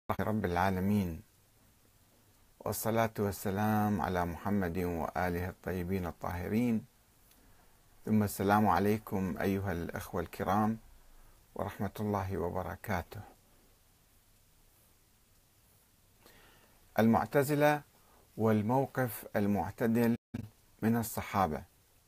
رب العالمين، والصلاة والسلام على محمد وآله الطيبين الطاهرين، ثم السلام عليكم أيها الأخوة الكرام ورحمة الله وبركاته. المعتزلة والموقف المعتدل من الصحابة.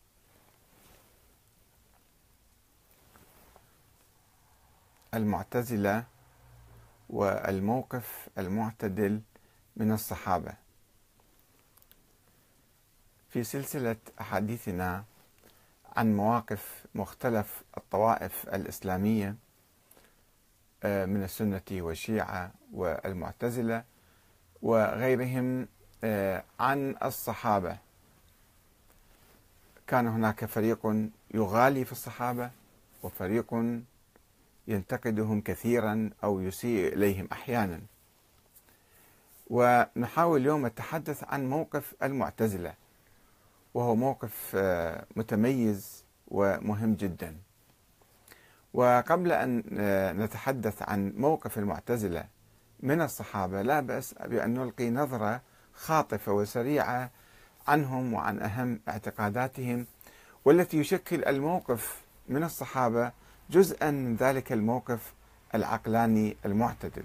المعتزلة والموقف المعتدل من الصحابة. في سلسلة أحاديثنا عن مواقف مختلف الطوائف الإسلامية من السنة والشيعة والمعتزلة وغيرهم عن الصحابة، كان هناك فريق يغالي في الصحابة وفريق ينتقدهم كثيرا أو يسيء إليهم أحيانا. ونحاول اليوم التحدث عن موقف المعتزلة، وهو موقف متميز ومهم جدا. وقبل أن نتحدث عن موقف المعتزلة من الصحابة، لا بأس بأن نلقي نظرة خاطفة وسريعة عنهم وعن أهم اعتقاداتهم، والتي يشكل الموقف من الصحابة جزءا من ذلك الموقف العقلاني المعتدل.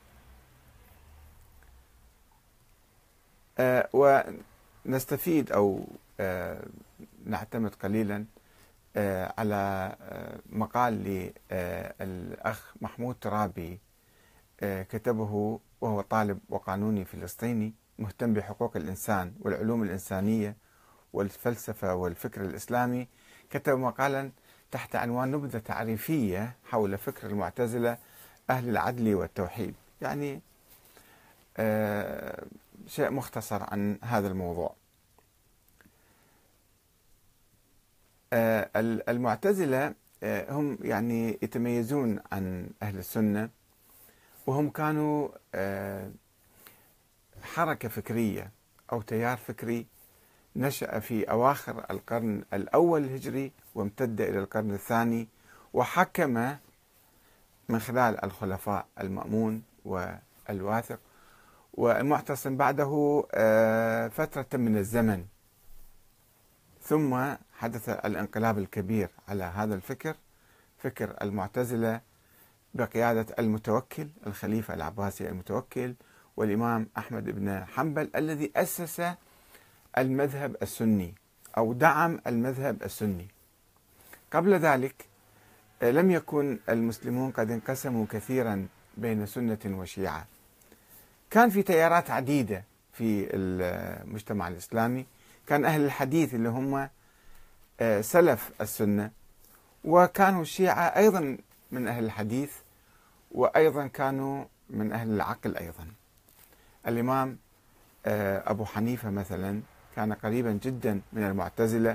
ونستفيد أو نعتمد قليلا على مقال للأخ محمود ترابي كتبه، وهو طالب وقانوني فلسطيني مهتم بحقوق الإنسان والعلوم الإنسانية والفلسفة والفكر الإسلامي. كتب مقالا تحت عنوان نبذة تعريفية حول فكر المعتزلة أهل العدل والتوحيد، يعني شيء مختصر عن هذا الموضوع. المعتزلة هم يعني يتميزون عن أهل السنة، وهم كانوا حركة فكرية أو تيار فكري نشأ في أواخر القرن الأول الهجري وامتد إلى القرن الثاني، وحكم من خلال الخلفاء المأمون والواثق والمعتصم بعده فترة من الزمن، ثم حدث الانقلاب الكبير على هذا الفكر، فكر المعتزلة بقيادة المتوكل الخليفة العباسي المتوكل والإمام أحمد بن حنبل، الذي أسس المذهب السني أو دعم المذهب السني. قبل ذلك لم يكن المسلمون قد انقسموا كثيرا بين سنة وشيعة، كان في تيارات عديدة في المجتمع الإسلامي. كان أهل الحديث اللي هم سلف السنة، وكانوا الشيعة أيضا من أهل الحديث، وأيضا كانوا من أهل العقل أيضا. الإمام أبو حنيفة مثلا كان قريبا جدا من المعتزلة،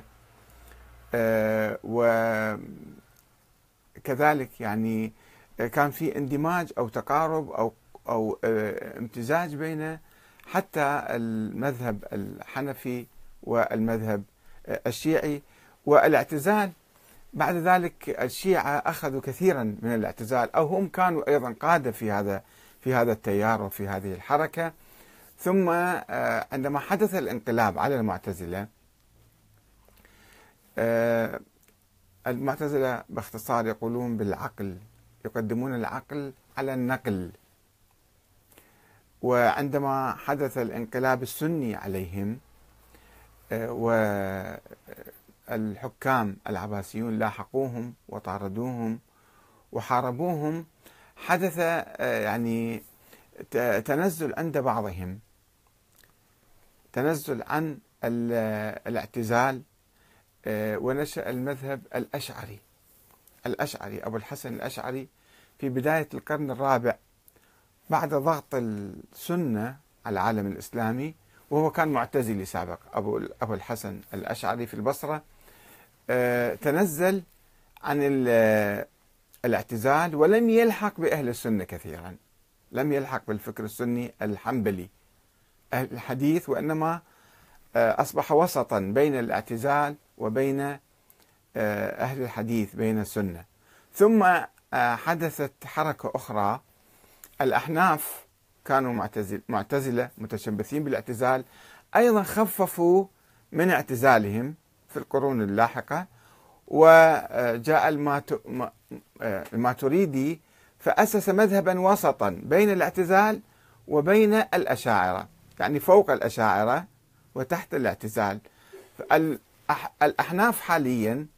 وكذلك يعني كان في اندماج أو تقارب أو امتزاج بين حتى المذهب الحنفي والمذهب الشيعي والاعتزال. بعد ذلك الشيعة أخذوا كثيرا من الاعتزال، أو هم كانوا أيضا قادة في هذا التيار وفي هذه الحركة. ثم عندما حدث الانقلاب على المعتزلة، المعتزلة باختصار يقولون بالعقل، يقدمون العقل على النقل. وعندما حدث الانقلاب السني عليهم والحكام العباسيون لاحقوهم وطاردوهم وحاربوهم، حدث يعني تنزل عند بعضهم، تنزل عن الاعتزال، ونشأ المذهب الأشعري أبو الحسن الأشعري في بداية القرن الرابع بعد ضغط السنة على العالم الإسلامي، وهو كان معتزلي سابق. أبو الحسن الأشعري في البصرة تنزل عن الاعتزال ولم يلحق بأهل السنة كثيرا، لم يلحق بالفكر السني الحنبلي أهل الحديث، وإنما أصبح وسطا بين الاعتزال وبين أهل الحديث، بين السنة. ثم حدثت حركة أخرى، الأحناف كانوا معتزلة متشبثين بالاعتزال أيضا خففوا من اعتزالهم في القرون اللاحقة، وجاء الماتريدي فأسس مذهبا وسطا بين الاعتزال وبين الأشاعرة، يعني فوق الأشاعرة وتحت الاعتزال. الأحناف حاليا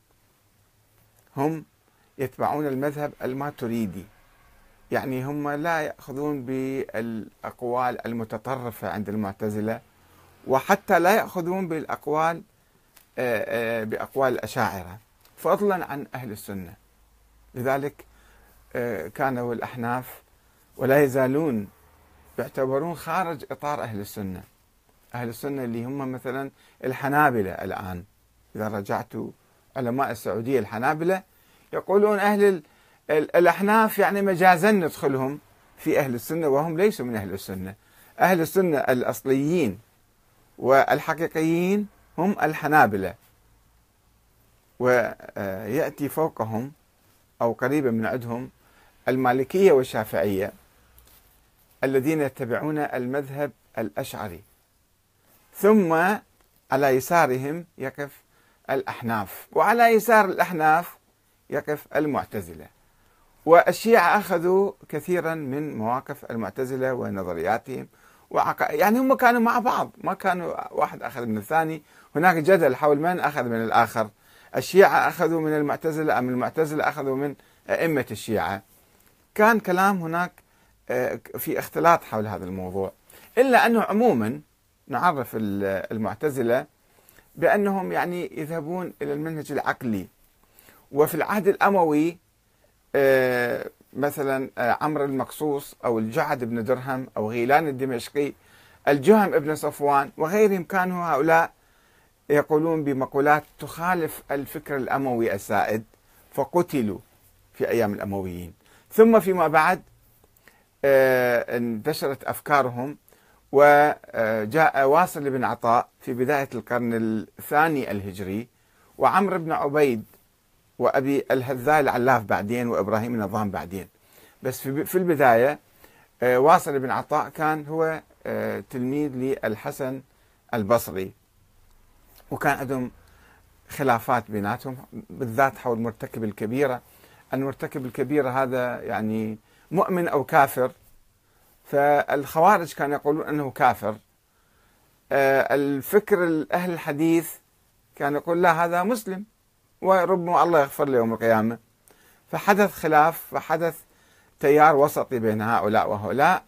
هم يتبعون المذهب الماتريدي، يعني هم لا يأخذون بالأقوال المتطرفة عند المعتزلة، وحتى لا يأخذون بالأقوال بأقوال الأشاعرة فضلا عن أهل السنة. لذلك كانوا الأحناف ولا يزالون يعتبرون خارج إطار أهل السنة. أهل السنة اللي هم مثلا الحنابلة الآن، إذا رجعت علماء السعودية الحنابلة يقولون أهل الأحناف يعني مجازا ندخلهم في أهل السنة، وهم ليسوا من أهل السنة. أهل السنة الأصليين والحقيقيين هم الحنابلة، ويأتي فوقهم أو قريبا من عندهم المالكية والشافعية الذين يتبعون المذهب الأشعري، ثم على يسارهم يقف الأحناف، وعلى يسار الأحناف يقف المعتزلة. والشيعة أخذوا كثيرا من مواقف المعتزلة ونظرياتهم يعني هم كانوا مع بعض، ما كانوا واحد أخذ من الثاني، هناك جدل حول من أخذ من الآخر. الشيعة أخذوا من المعتزلة أم المعتزلة أخذوا من أئمة الشيعة. كان كلام هناك في اختلاط حول هذا الموضوع، إلا أنه عموما نعرف المعتزلة بأنهم يعني يذهبون إلى المنهج العقلي. وفي العهد الأموي مثلا عمرو المقصوص أو الجعد بن درهم أو غيلان الدمشقي، الجهم بن صفوان وغيرهم، كانوا هؤلاء يقولون بمقولات تخالف الفكر الأموي السائد، فقتلوا في أيام الأمويين. ثم فيما بعد انتشرت أفكارهم، وجاء واصل بن عطاء في بداية القرن الثاني الهجري، وعمرو بن عبيد، وأبي الهذاء العلاف بعدين، وإبراهيم النظام بعدين. بس في البداية واصل بن عطاء كان هو تلميذ للحسن البصري، وكان عندهم خلافات بيناتهم بالذات حول مرتكب الكبيرة. المرتكب الكبيرة هذا يعني مؤمن أو كافر، فالخوارج كانوا يقولون أنه كافر. الفكر أهل الحديث كان يقول لا هذا مسلم وربما الله يغفر له يوم القيامة. فحدث خلاف، فحدث تيار وسطي بين هؤلاء وهؤلاء.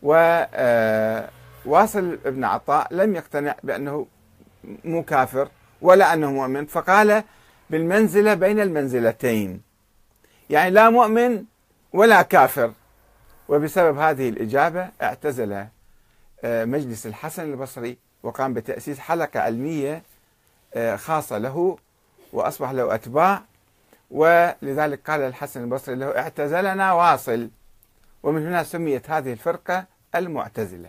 وواصل ابن عطاء لم يقتنع بأنه مو كافر ولا أنه مؤمن، فقال بالمنزلة بين المنزلتين، يعني لا مؤمن ولا كافر. وبسبب هذه الإجابة اعتزل مجلس الحسن البصري، وقام بتأسيس حلقة علمية خاصة له، وأصبح له أتباع. ولذلك قال الحسن البصري له اعتزلنا واصل، ومن هنا سميت هذه الفرقة المعتزلة.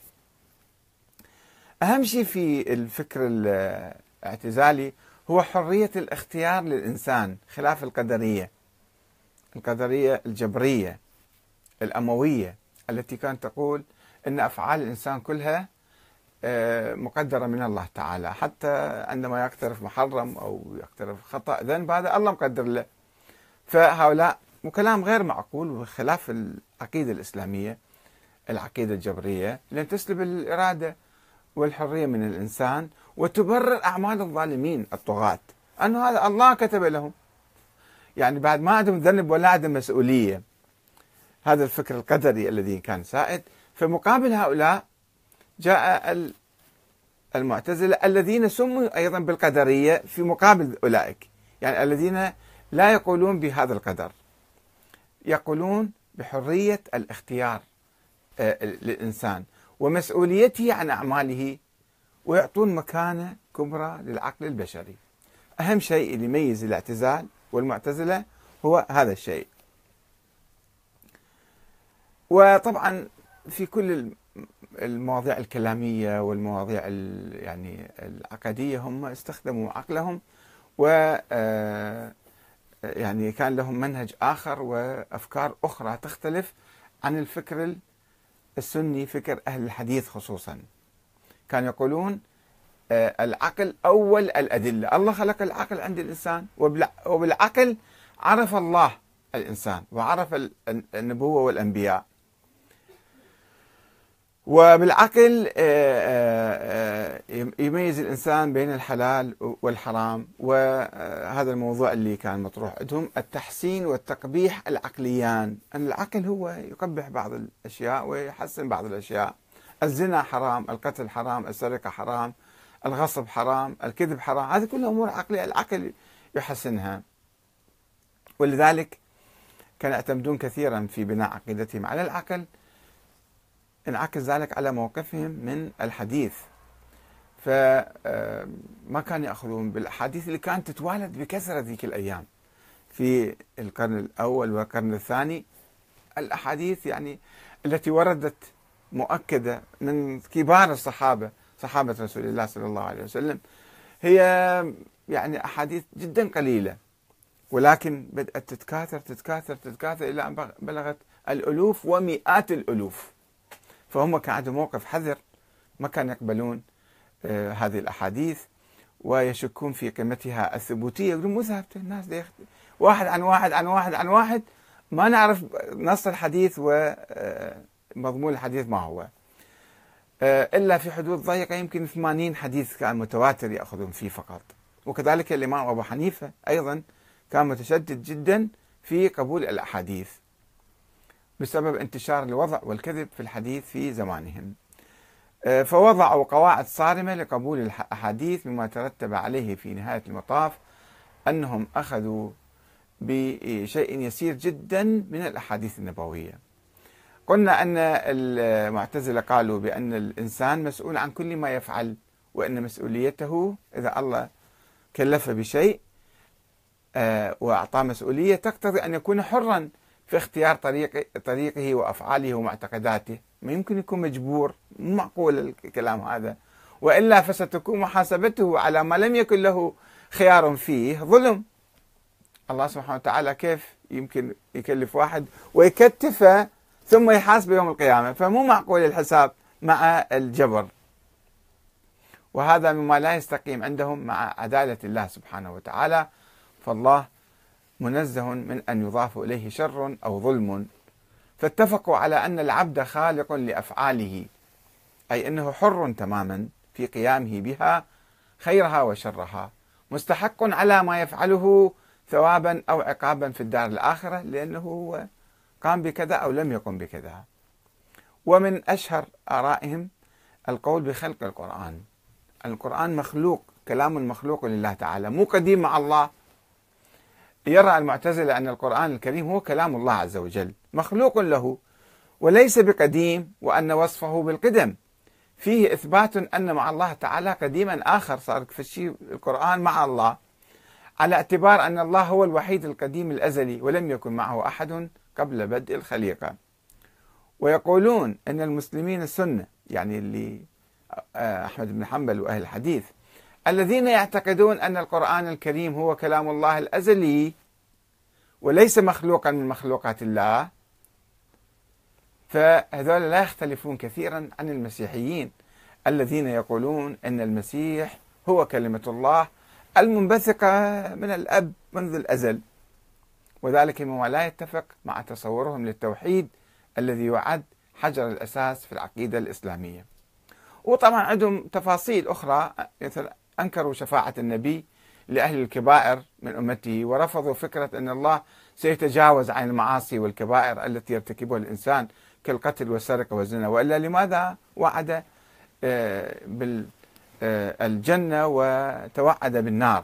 أهم شيء في الفكر الاعتزالي هو حرية الاختيار للإنسان، خلاف القدرية الجبرية الأموية التي كانت تقول أن أفعال الإنسان كلها مقدرة من الله تعالى، حتى عندما يقترف محرم أو يقترف خطأ ذنب هذا الله مقدر له. فهؤلاء وكلام غير معقول وخلاف العقيدة الإسلامية، العقيدة الجبرية، لأن تسلب الإرادة والحرية من الإنسان وتبرر أعمال الظالمين الطغاة، أنه هذا الله كتب لهم، يعني بعد ما عندهم ذنب ولا عندهم مسؤولية. هذا الفكر القدري الذي كان سائد. فمقابل هؤلاء جاء المعتزلة الذين سموا أيضا بالقدرية في مقابل أولئك، يعني الذين لا يقولون بهذا القدر، يقولون بحرية الاختيار للإنسان ومسؤوليته عن أعماله، ويعطون مكانة كبرى للعقل البشري. أهم شيء اللي يميز الاعتزال والمعتزلة هو هذا الشيء. وطبعا في كل المواضيع الكلامية والمواضيع يعني العقدية هم استخدموا عقلهم، و يعني كان لهم منهج آخر وأفكار أخرى تختلف عن الفكر السني فكر أهل الحديث خصوصا. كانوا يقولون العقل أول الأدلة، الله خلق العقل عند الإنسان، وبالعقل عرف الله الإنسان وعرف النبوة والأنبياء، وبالعقل يميز الإنسان بين الحلال والحرام. وهذا الموضوع اللي كان مطروح عندهم، التحسين والتقبيح العقليان، أن العقل هو يقبح بعض الأشياء ويحسن بعض الأشياء. الزنا حرام، القتل حرام، السرقة حرام، الغصب حرام، الكذب حرام، هذه كلها أمور عقلية العقل يحسنها. ولذلك كانوا يعتمدون كثيرا في بناء عقيدتهم على العقل، انعكس ذلك على موقفهم من الحديث. فما كانوا يأخذون بالأحاديث اللي كانت تتوالد بكثرة ذيك الأيام في القرن الأول والقرن الثاني. الأحاديث يعني التي وردت مؤكدة من كبار الصحابة، صحابة رسول الله صلى الله عليه وسلم، هي يعني أحاديث جدا قليلة، ولكن بدأت تتكاثر تتكاثر تتكاثر إلى أن بلغت الألوف ومئات الألوف. فهم كان عندهم موقف حذر، ما كانوا يقبلون هذه الأحاديث ويشكون في قيمتها الثبوتية. يقولون مو ثابتة، الناس واحد عن واحد عن واحد عن واحد، ما نعرف نص الحديث ومضمون الحديث ما هو، إلا في حدود ضيقة، يمكن 80 حديث كان متواتر يأخذون فيه فقط. وكذلك الإمام أبو حنيفة أيضا كان متشدد جدا في قبول الأحاديث بسبب انتشار الوضع والكذب في الحديث في زمانهم. فوضعوا قواعد صارمة لقبول الأحاديث، مما ترتب عليه في نهاية المطاف أنهم أخذوا بشيء يسير جدا من الأحاديث النبوية. قلنا أن المعتزلة قالوا بأن الإنسان مسؤول عن كل ما يفعل، وأن مسؤوليته إذا الله كلفه بشيء وأعطاه مسؤولية تقتضي أن يكون حرا في اختيار طريقه وأفعاله ومعتقداته، ما يمكن يكون مجبور، مو معقول الكلام هذا، وإلا فستكون محاسبته على ما لم يكن له خيار فيه ظلم. الله سبحانه وتعالى كيف يمكن يكلف واحد ويكتفه ثم يحاسب يوم القيامة؟ فمو معقول الحساب مع الجبر، وهذا مما لا يستقيم عندهم مع عدالة الله سبحانه وتعالى. فالله منزه من أن يضاف إليه شر أو ظلم، فاتفقوا على أن العبد خالق لأفعاله، أي أنه حر تماما في قيامه بها خيرها وشرها، مستحق على ما يفعله ثوابا أو عقابا في الدار الآخرة، لأنه هو قام بكذا أو لم يقم بكذا. ومن أشهر آرائهم القول بخلق القرآن. القرآن مخلوق، كلام مخلوق لله تعالى، مو قديم مع الله. يرى المعتزلة أن القرآن الكريم هو كلام الله عز وجل مخلوق له وليس بقديم، وأن وصفه بالقدم فيه إثبات أن مع الله تعالى قديما آخر صار في الشيء القرآن مع الله، على اعتبار أن الله هو الوحيد القديم الأزلي ولم يكن معه أحد قبل بدء الخليقة. ويقولون أن المسلمين السنة، يعني اللي أحمد بن حنبل وأهل الحديث، الذين يعتقدون أن القرآن الكريم هو كلام الله الأزلي وليس مخلوقا من مخلوقات الله، فهذول لا يختلفون كثيرا عن المسيحيين الذين يقولون أن المسيح هو كلمة الله المنبثقة من الأب منذ الأزل، وذلك مما لا يتفق مع تصورهم للتوحيد الذي يعد حجر الأساس في العقيدة الإسلامية. وطبعا عندهم تفاصيل أخرى، مثل أنكروا شفاعة النبي لأهل الكبائر من أمته، ورفضوا فكرة أن الله سيتجاوز عن المعاصي والكبائر التي يرتكبها الإنسان كالقتل والسرقة والزنا، وإلا لماذا وعد بالجنة وتوعد بالنار؟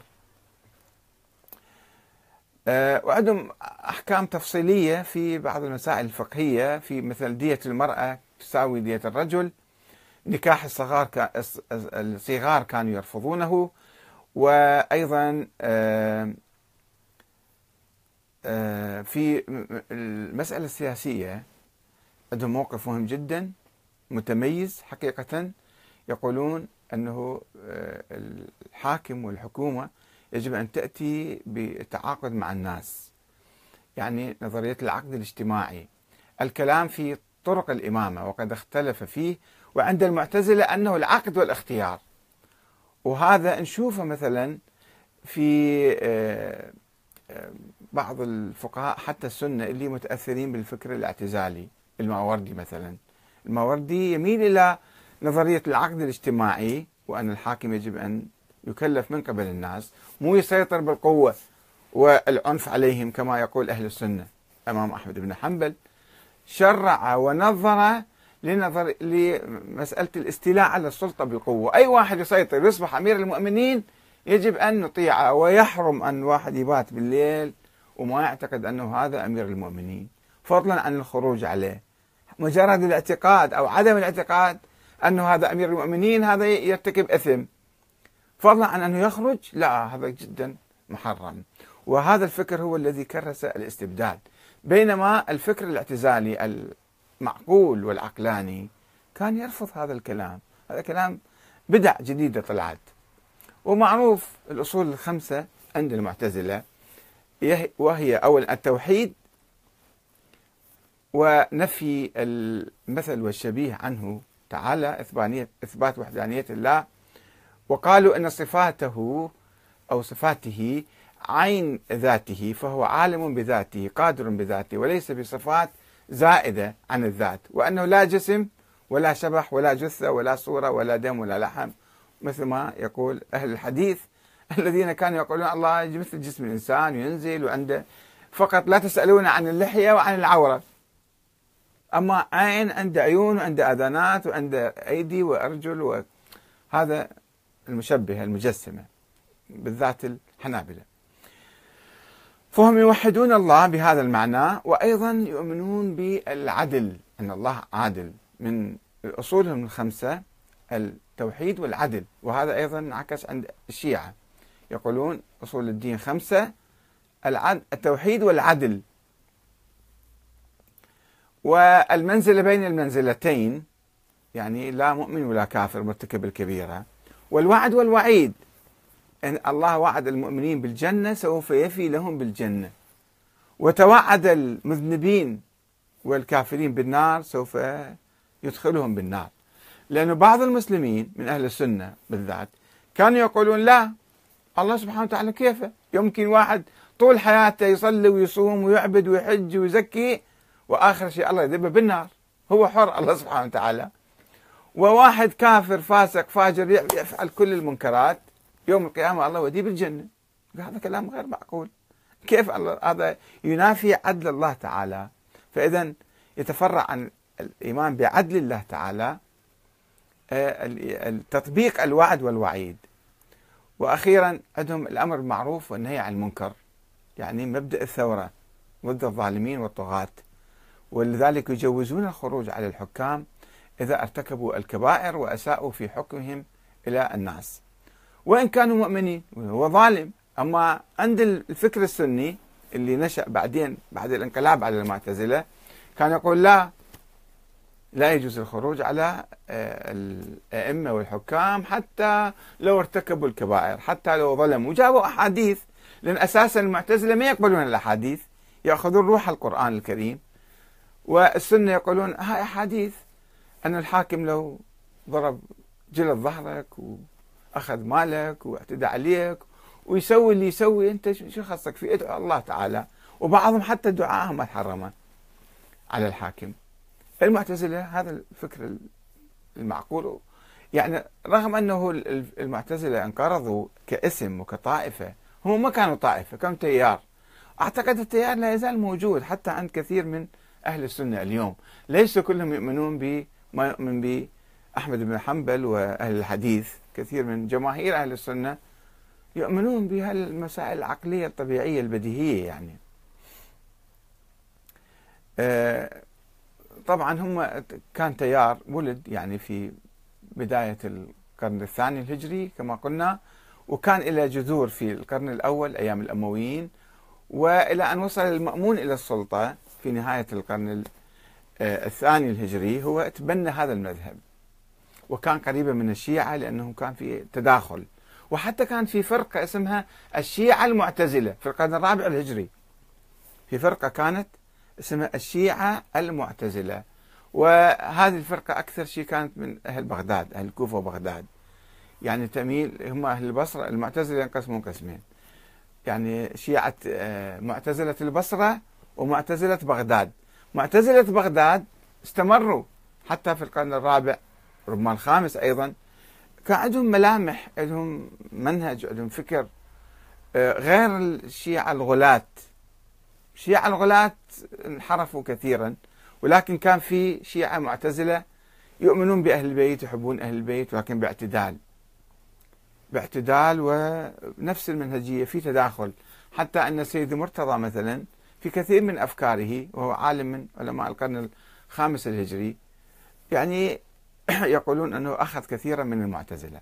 وعندهم أحكام تفصيلية في بعض المسائل الفقهية، في مثل دية المرأة تساوي دية الرجل، نكاح الصغار كانوا يرفضونه، وأيضا في المسألة السياسية عندهم موقف مهم جدا متميز حقيقة. يقولون أنه الحاكم والحكومة يجب أن تأتي بالتعاقد مع الناس، يعني نظرية العقد الاجتماعي، الكلام في طرق الإمامة وقد اختلف فيه، وعند المعتزلة أنه العقد والاختيار. وهذا نشوفه مثلا في بعض الفقهاء حتى السنة اللي متأثرين بالفكر الاعتزالي. الماوردي مثلا، الماوردي يميل إلى نظرية العقد الاجتماعي، وأن الحاكم يجب أن يكلف من قبل الناس، مو يسيطر بالقوة والعنف عليهم كما يقول أهل السنة. إمام أحمد بن حنبل شرع ونظر لمسألة الاستيلاء على السلطة بالقوة. أي واحد يسيطر يصبح أمير المؤمنين يجب أن نطيعه، ويحرم أن واحد يبات بالليل وما يعتقد أنه هذا أمير المؤمنين، فضلا عن الخروج عليه. مجرد الاعتقاد أو عدم الاعتقاد أنه هذا أمير المؤمنين هذا يرتكب إثم، فضلا عن أنه يخرج، لا، هذا جدا محرم. وهذا الفكر هو الذي كرس الاستبداد، بينما الفكر الاعتزالي المعقول والعقلاني كان يرفض هذا الكلام. هذا كلام بدع جديدة طلعت. ومعروف الأصول الخمسة عند المعتزلة، وهي أولا التوحيد ونفي المثل والشبيه عنه تعالى، إثبات وحدانية الله. وقالوا أن صفاته أو صفاته عين ذاته، فهو عالم بذاته قادر بذاته، وليس بصفات زائدة عن الذات، وأنه لا جسم ولا شبح ولا جثة ولا صورة ولا دم ولا لحم، مثل ما يقول أهل الحديث الذين كانوا يقولون الله مثل جسم الإنسان وينزل وعنده فقط لا تسألون عن اللحية وعن العورة، أما عين عنده عيون وعنده أذانات وعنده أيدي وأرجل. وهذا المشبهة المجسمة بالذات الحنابلة. فهم يوحدون الله بهذا المعنى، وأيضا يؤمنون بالعدل، أن الله عادل. من أصولهم الخمسة التوحيد والعدل، وهذا أيضا انعكس عند الشيعة، يقولون أصول الدين خمسة: التوحيد والعدل، والمنزلة بين المنزلتين، يعني لا مؤمن ولا كافر مرتكب الكبيرة، والوعد والوعيد، أن الله وعد المؤمنين بالجنة سوف يفي لهم بالجنة، وتوعد المذنبين والكافرين بالنار سوف يدخلهم بالنار. لأن بعض المسلمين من أهل السنة بالذات كانوا يقولون لا، الله سبحانه وتعالى كيفه يمكن واحد طول حياته يصلي ويصوم ويعبد ويحج ويزكي، وآخر شيء الله يذبه بالنار، هو حر الله سبحانه وتعالى. وواحد كافر فاسق فاجر يفعل كل المنكرات، يوم القيامة الله يوديه بالجنة. هذا كلام غير معقول. كيف الله؟ هذا ينافي عدل الله تعالى. فإذا يتفرع عن الإيمان بعدل الله تعالى تطبيق الوعد والوعيد. وأخيرا عندهم الأمر بالمعروف والنهي عن المنكر، يعني مبدأ الثورة ضد الظالمين والطغاة، ولذلك يجوزون الخروج على الحكام إذا ارتكبوا الكبائر وأساءوا في حكمهم إلى الناس، وإن كانوا مؤمنين، وهو ظالم. أما عند الفكر السني اللي نشأ بعدين بعد الانقلاب على المعتزلة، كان يقول لا يجوز الخروج على الأئمة والحكام حتى لو ارتكبوا الكبائر، حتى لو ظلموا. وجابوا أحاديث، لأن أساسا المعتزلة ما يقبلون الأحاديث، يأخذون روح القرآن الكريم، والسنة يقولون هاي أحاديث أن الحاكم لو ضرب جلد ظهرك وأخذ مالك واعتدى عليك ويسوي اللي يسوي، أنت شو خصك فيه؟ ادعو الله تعالى. وبعضهم حتى دعاءهم محرمة على الحاكم. المعتزلة هذا الفكر المعقول، يعني رغم أنه المعتزلة انقرضوا كاسم وكطائفة، هم ما كانوا طائفة، كانوا تيار. أعتقد التيار لا يزال موجود حتى عند كثير من أهل السنة اليوم، ليسوا كلهم يؤمنون بما يؤمن به أحمد بن حنبل وأهل الحديث. كثير من جماهير أهل السنة يؤمنون بهالمسائل العقلية الطبيعية البديهية. يعني طبعا هم كان تيار ولد يعني في بداية القرن الثاني الهجري كما قلنا، وكان إلى جذور في القرن الأول أيام الأمويين، وإلى أن وصل المأمون إلى السلطة في نهاية القرن الثاني الهجري. هو تبنى هذا المذهب، وكان قريبا من الشيعة لأنه كان في تداخل، وحتى كان في فرقة اسمها الشيعة المعتزلة في القرن الرابع الهجري. في فرقة كانت اسمها الشيعة المعتزلة، وهذه الفرقة أكثر شيء كانت من أهل بغداد، أهل الكوفة وبغداد. يعني تميل، هم أهل البصرة. المعتزلة ينقسمون قسمين، يعني شيعة معتزلة البصرة ومعتزلة بغداد. معتزلة بغداد استمروا حتى في القرن الرابع، ربما الخامس أيضا. كان عندهم ملامح، عندهم منهج، عندهم فكر غير الشيعة الغلاة. الشيعة الغلاة انحرفوا كثيرا، ولكن كان في شيعة معتزلة يؤمنون بأهل البيت، يحبون أهل البيت، ولكن باعتدال ونفس المنهجية، في تداخل. حتى أن سيد مرتضى مثلا في كثير من أفكاره، وهو عالم من علماء القرن الخامس الهجري، يعني يقولون أنه أخذ كثيرا من المعتزلة.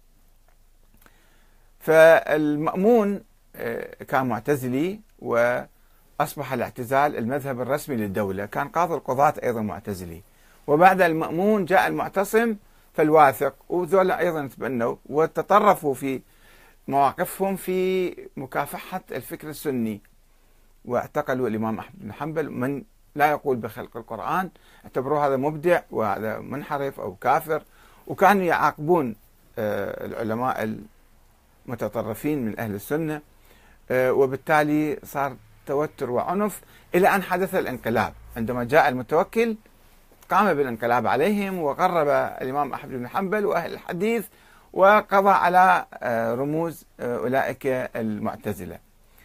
فالمأمون كان معتزلي، وأصبح الاعتزال المذهب الرسمي للدولة. كان قاضي القضاة أيضا معتزلي، وبعد المأمون جاء المعتصم فالواثق، وذولا أيضا تبنوا وتطرفوا في مواقفهم في مكافحة الفكر السني، واعتقلوا الإمام أحمد بن حنبل. من لا يقول بخلق القرآن اعتبروه هذا مبدع وهذا منحرف أو كافر، وكانوا يعاقبون العلماء المتطرفين من أهل السنة، وبالتالي صار توتر وعنف إلى أن حدث الانقلاب. عندما جاء المتوكل قام بالانقلاب عليهم، وقرب الإمام أحمد بن حنبل وأهل الحديث، وقضى على رموز أولئك المعتزلة.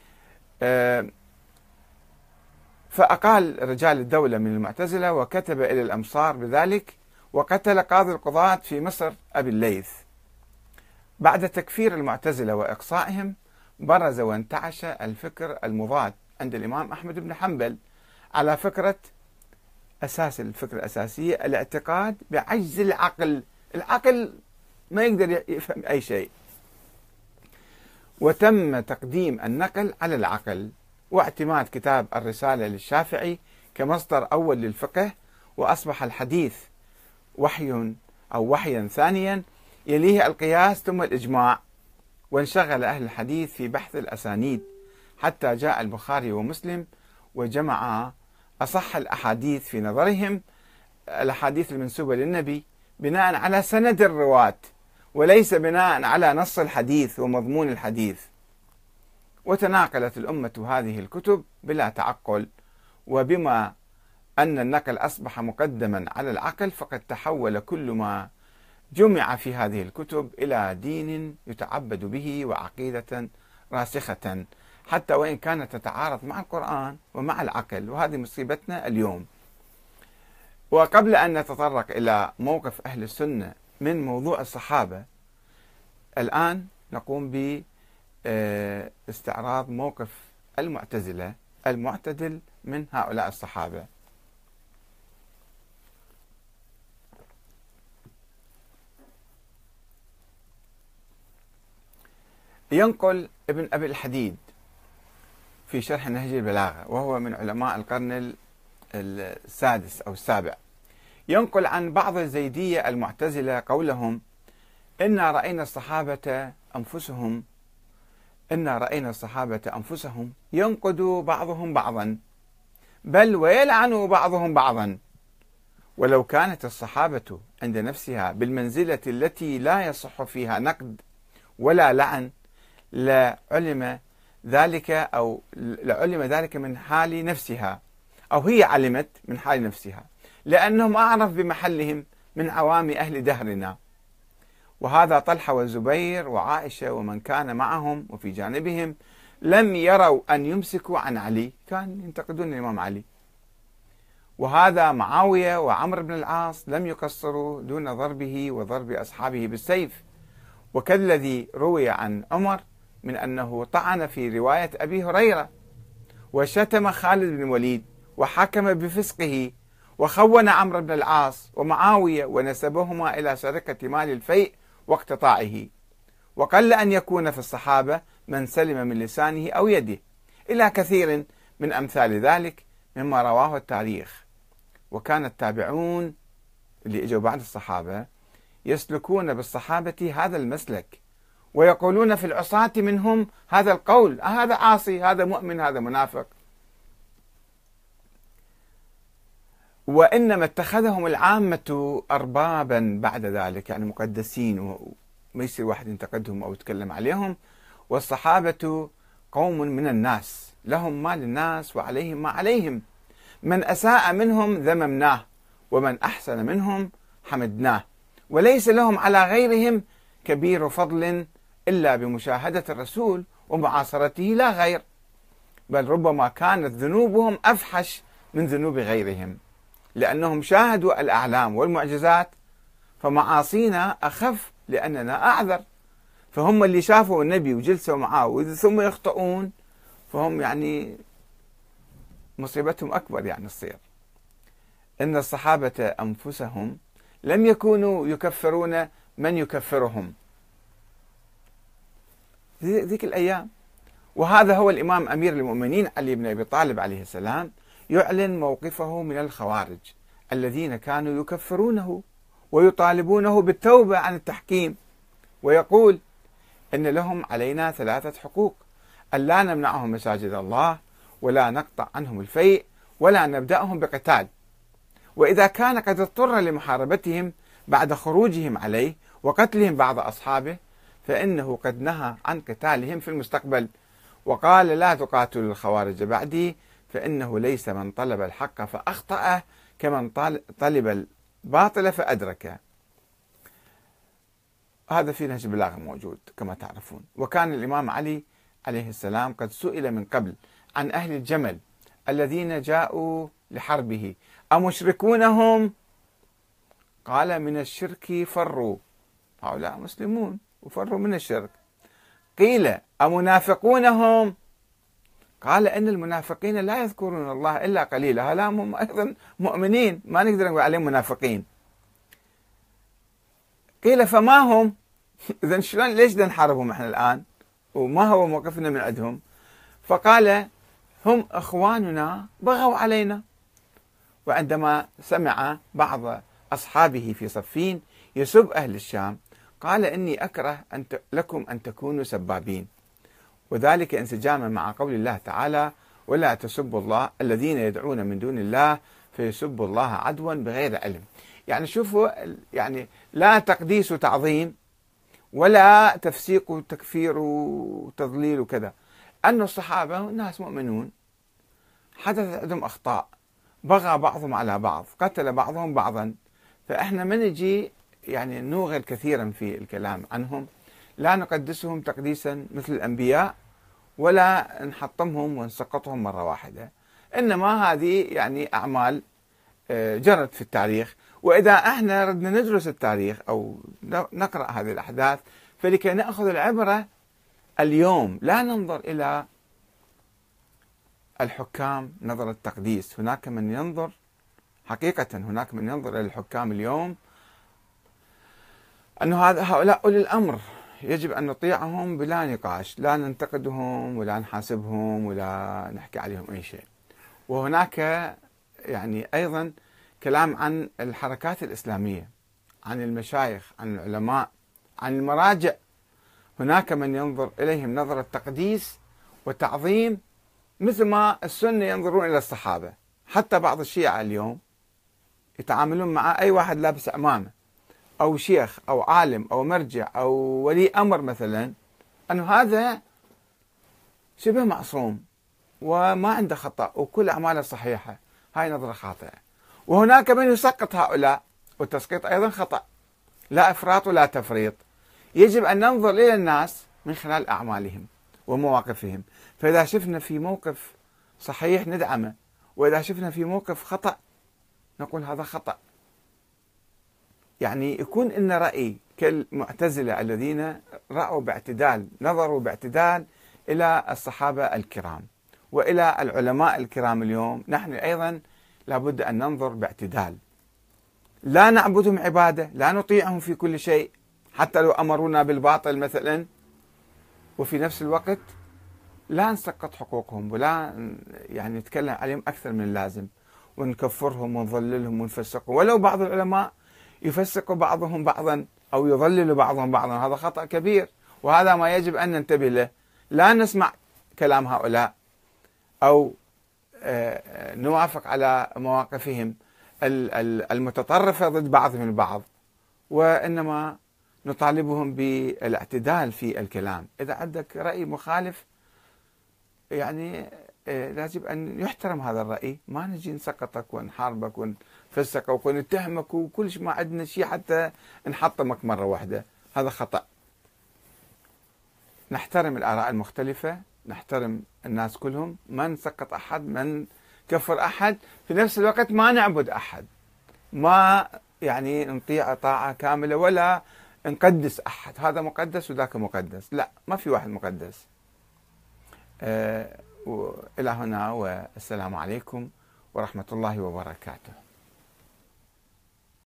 فأقال رجال الدولة من المعتزلة، وكتب إلى الأمصار بذلك، وقتل قاضي القضاة في مصر أبي الليث. بعد تكفير المعتزلة وإقصائهم، برز وانتعش الفكر المضاد عند الإمام أحمد بن حنبل على فكرة أساس الفكرة الأساسية، الاعتقاد بعجز العقل. العقل ما يقدر يفهم أي شيء، وتم تقديم النقل على العقل، واعتماد كتاب الرسالة للشافعي كمصدر أول للفقه، وأصبح الحديث وحي أو وحيا ثانيا يليه القياس ثم الإجماع. وانشغل أهل الحديث في بحث الأسانيد حتى جاء البخاري ومسلم، وجمع أصح الأحاديث في نظرهم، الأحاديث المنسوبة للنبي، بناء على سند الرواة، وليس بناء على نص الحديث ومضمون الحديث. وتناقلت الأمة هذه الكتب بلا تعقل، وبما أن النقل أصبح مقدما على العقل، فقد تحول كل ما جمع في هذه الكتب إلى دين يتعبد به وعقيدة راسخة، حتى وإن كانت تتعارض مع القرآن ومع العقل، وهذه مصيبتنا اليوم. وقبل أن نتطرق إلى موقف أهل السنة من موضوع الصحابة، الآن نقوم باستعراض موقف المعتزلة المعتدل من هؤلاء الصحابة. ينقل ابن أبي الحديد في شرح نهج البلاغة، وهو من علماء القرن السادس أو السابع، ينقل عن بعض الزيدية المعتزلة قولهم: إنا رأينا الصحابة أنفسهم ينقد بعضهم بعضا، بل ويلعن بعضهم بعضا. ولو كانت الصحابة عند نفسها بالمنزلة التي لا يصح فيها نقد ولا لعن، لعلم ذلك من حال نفسها، أو هي علمت من حال نفسها، لأنهم أعرف بمحلهم من عوام أهل دهرنا. وهذا طلحة والزبير وعائشة ومن كان معهم وفي جانبهم لم يروا أن يمسكوا عن علي، كان ينتقدون الإمام علي. وهذا معاوية وعمر بن العاص لم يقصروا دون ضربه وضرب أصحابه بالسيف، وكالذي روي عن عمر من أنه طعن في رواية أبي هريرة، وشتم خالد بن الوليد، وحكم بفسقه، وخون عمرو بن العاص ومعاوية، ونسبهما إلى سرقة مال الفيء واقتطاعه. وقل أن يكون في الصحابة من سلم من لسانه أو يده، إلى كثير من أمثال ذلك مما رواه التاريخ. وكان التابعون اللي اجوا بعد الصحابة يسلكون بالصحابة هذا المسلك، ويقولون في العصاة منهم هذا القول: هذا عاصي، هذا مؤمن، هذا منافق. وإنما اتخذهم العامة أربابا بعد ذلك، يعني مقدسين، وما يصير واحد ينتقدهم أو يتكلم عليهم. والصحابة قوم من الناس، لهم ما للناس وعليهم ما عليهم، من أساء منهم ذممناه، ومن أحسن منهم حمدناه، وليس لهم على غيرهم كبير فضل إلا بمشاهدة الرسول ومعاصرته لا غير، بل ربما كانت ذنوبهم أفحش من ذنوب غيرهم، لأنهم شاهدوا الأعلام والمعجزات، فمعاصينا أخف لأننا أعذر. فهم اللي شافوا النبي وجلسوا معه ثم يخطئون، فهم يعني مصيبتهم أكبر يعني تصير. إن الصحابة أنفسهم لم يكونوا يكفرون من يكفرهم ذيك الأيام. وهذا هو الإمام أمير المؤمنين علي بن أبي طالب عليه السلام يعلن موقفه من الخوارج الذين كانوا يكفرونه ويطالبونه بالتوبة عن التحكيم، ويقول إن لهم علينا 3 حقوق: ألا نمنعهم مساجد الله، ولا نقطع عنهم الفيء، ولا نبدأهم بقتال. وإذا كان قد اضطر لمحاربتهم بعد خروجهم عليه وقتلهم بعض أصحابه، فإنه قد نهى عن قتالهم في المستقبل، وقال: لا تقاتلوا الخوارج بعدي، فإنه ليس من طلب الحق فأخطأه كمن طلب الباطل فأدركه. هذا في نهج البلاغة موجود كما تعرفون. وكان الإمام علي عليه السلام قد سئل من قبل عن أهل الجمل الذين جاءوا لحربه: أمشركونهم؟ قال: من الشرك فروا، هؤلاء مسلمون وفروا من الشرك. قيل: أمنافقونهم؟ قال: إن المنافقين لا يذكرون الله إلا قليلا، هؤلاء هم أيضا مؤمنين، ما نقدر نقول عليهم منافقين. قيل: فما هم؟ إذن شلون ليش نحاربهم احنا الآن؟ وما هو موقفنا من عندهم؟ فقال: هم إخواننا بغوا علينا. وعندما سمع بعض أصحابه في صفين يسب أهل الشام، قال: إني أكره لكم أن تكونوا سبابين، وذلك انسجاما مع قول الله تعالى: ولا تسبوا الله الذين يدعون من دون الله فيسبوا الله عدوا بغير علم. يعني شوفوا، يعني لا تقديس وتعظيم ولا تفسيق وتكفير وتضليل وكذا. أن الصحابة ناس مؤمنون، حدثت عندهم أخطاء، بغى بعضهم على بعض، قتل بعضهم بعضا، فإحنا ما نجي يعني نوغل كثيرا في الكلام عنهم، لا نقدسهم تقديسا مثل الأنبياء ولا نحطمهم ونسقطهم مرة واحدة، إنما هذه يعني أعمال جرت في التاريخ. وإذا احنا ردنا ندرس التاريخ أو نقرأ هذه الأحداث فلكي نأخذ العبرة اليوم، لا ننظر إلى الحكام نظر التقديس. هناك من ينظر حقيقة، هناك من ينظر إلى الحكام اليوم أن هؤلاء أولي الأمر، يجب أن نطيعهم بلا نقاش، لا ننتقدهم ولا نحاسبهم ولا نحكي عليهم أي شيء. وهناك يعني أيضا كلام عن الحركات الإسلامية، عن المشايخ، عن العلماء، عن المراجع. هناك من ينظر إليهم نظرة تقديس وتعظيم مثل ما السنة ينظرون إلى الصحابة. حتى بعض الشيعة اليوم يتعاملون مع أي واحد لابس عمامة أو شيخ أو عالم أو مرجع أو ولي أمر مثلا، أنه هذا شبه معصوم وما عنده خطأ وكل أعماله صحيحة. هاي نظرة خاطئة. وهناك من يسقط هؤلاء، والتسقيط أيضا خطأ، لا إفراط ولا تفريط. يجب أن ننظر إلى الناس من خلال أعمالهم ومواقفهم، فإذا شفنا في موقف صحيح ندعمه، وإذا شفنا في موقف خطأ نقول هذا خطأ. يعني يكون لنا رأي كالمعتزلة الذين رأوا باعتدال، نظروا باعتدال إلى الصحابة الكرام وإلى العلماء الكرام. اليوم نحن أيضا لابد أن ننظر باعتدال، لا نعبدهم عبادة، لا نطيعهم في كل شيء حتى لو أمرونا بالباطل مثلا، وفي نفس الوقت لا نسقط حقوقهم ولا يعني نتكلم عليهم أكثر من اللازم ونكفرهم ونضللهم ونفسقهم. ولو بعض العلماء يفسق بعضهم بعضا أو يضلل بعضهم بعضا، هذا خطأ كبير، وهذا ما يجب أن ننتبه له. لا نسمع كلام هؤلاء أو نوافق على مواقفهم، المتطرفة ضد بعضهم البعض، وإنما نطالبهم بالاعتدال في الكلام. إذا عندك رأي مخالف يعني لازم أن يحترم هذا الرأي، ما نجي نسقطك ونحاربك ونفسقك ونتهمك وكل شيء، ما عندنا شيء حتى نحطمك مرة واحدة، هذا خطأ. نحترم الآراء المختلفة، نحترم الناس كلهم، ما نسقط أحد، ما نكفر أحد، في نفس الوقت ما نعبد أحد، ما يعني نطيع طاعة كاملة ولا نقدس أحد، هذا مقدس وذاك مقدس، لا، ما في واحد مقدس. إلى هنا، والسلام عليكم ورحمة الله وبركاته.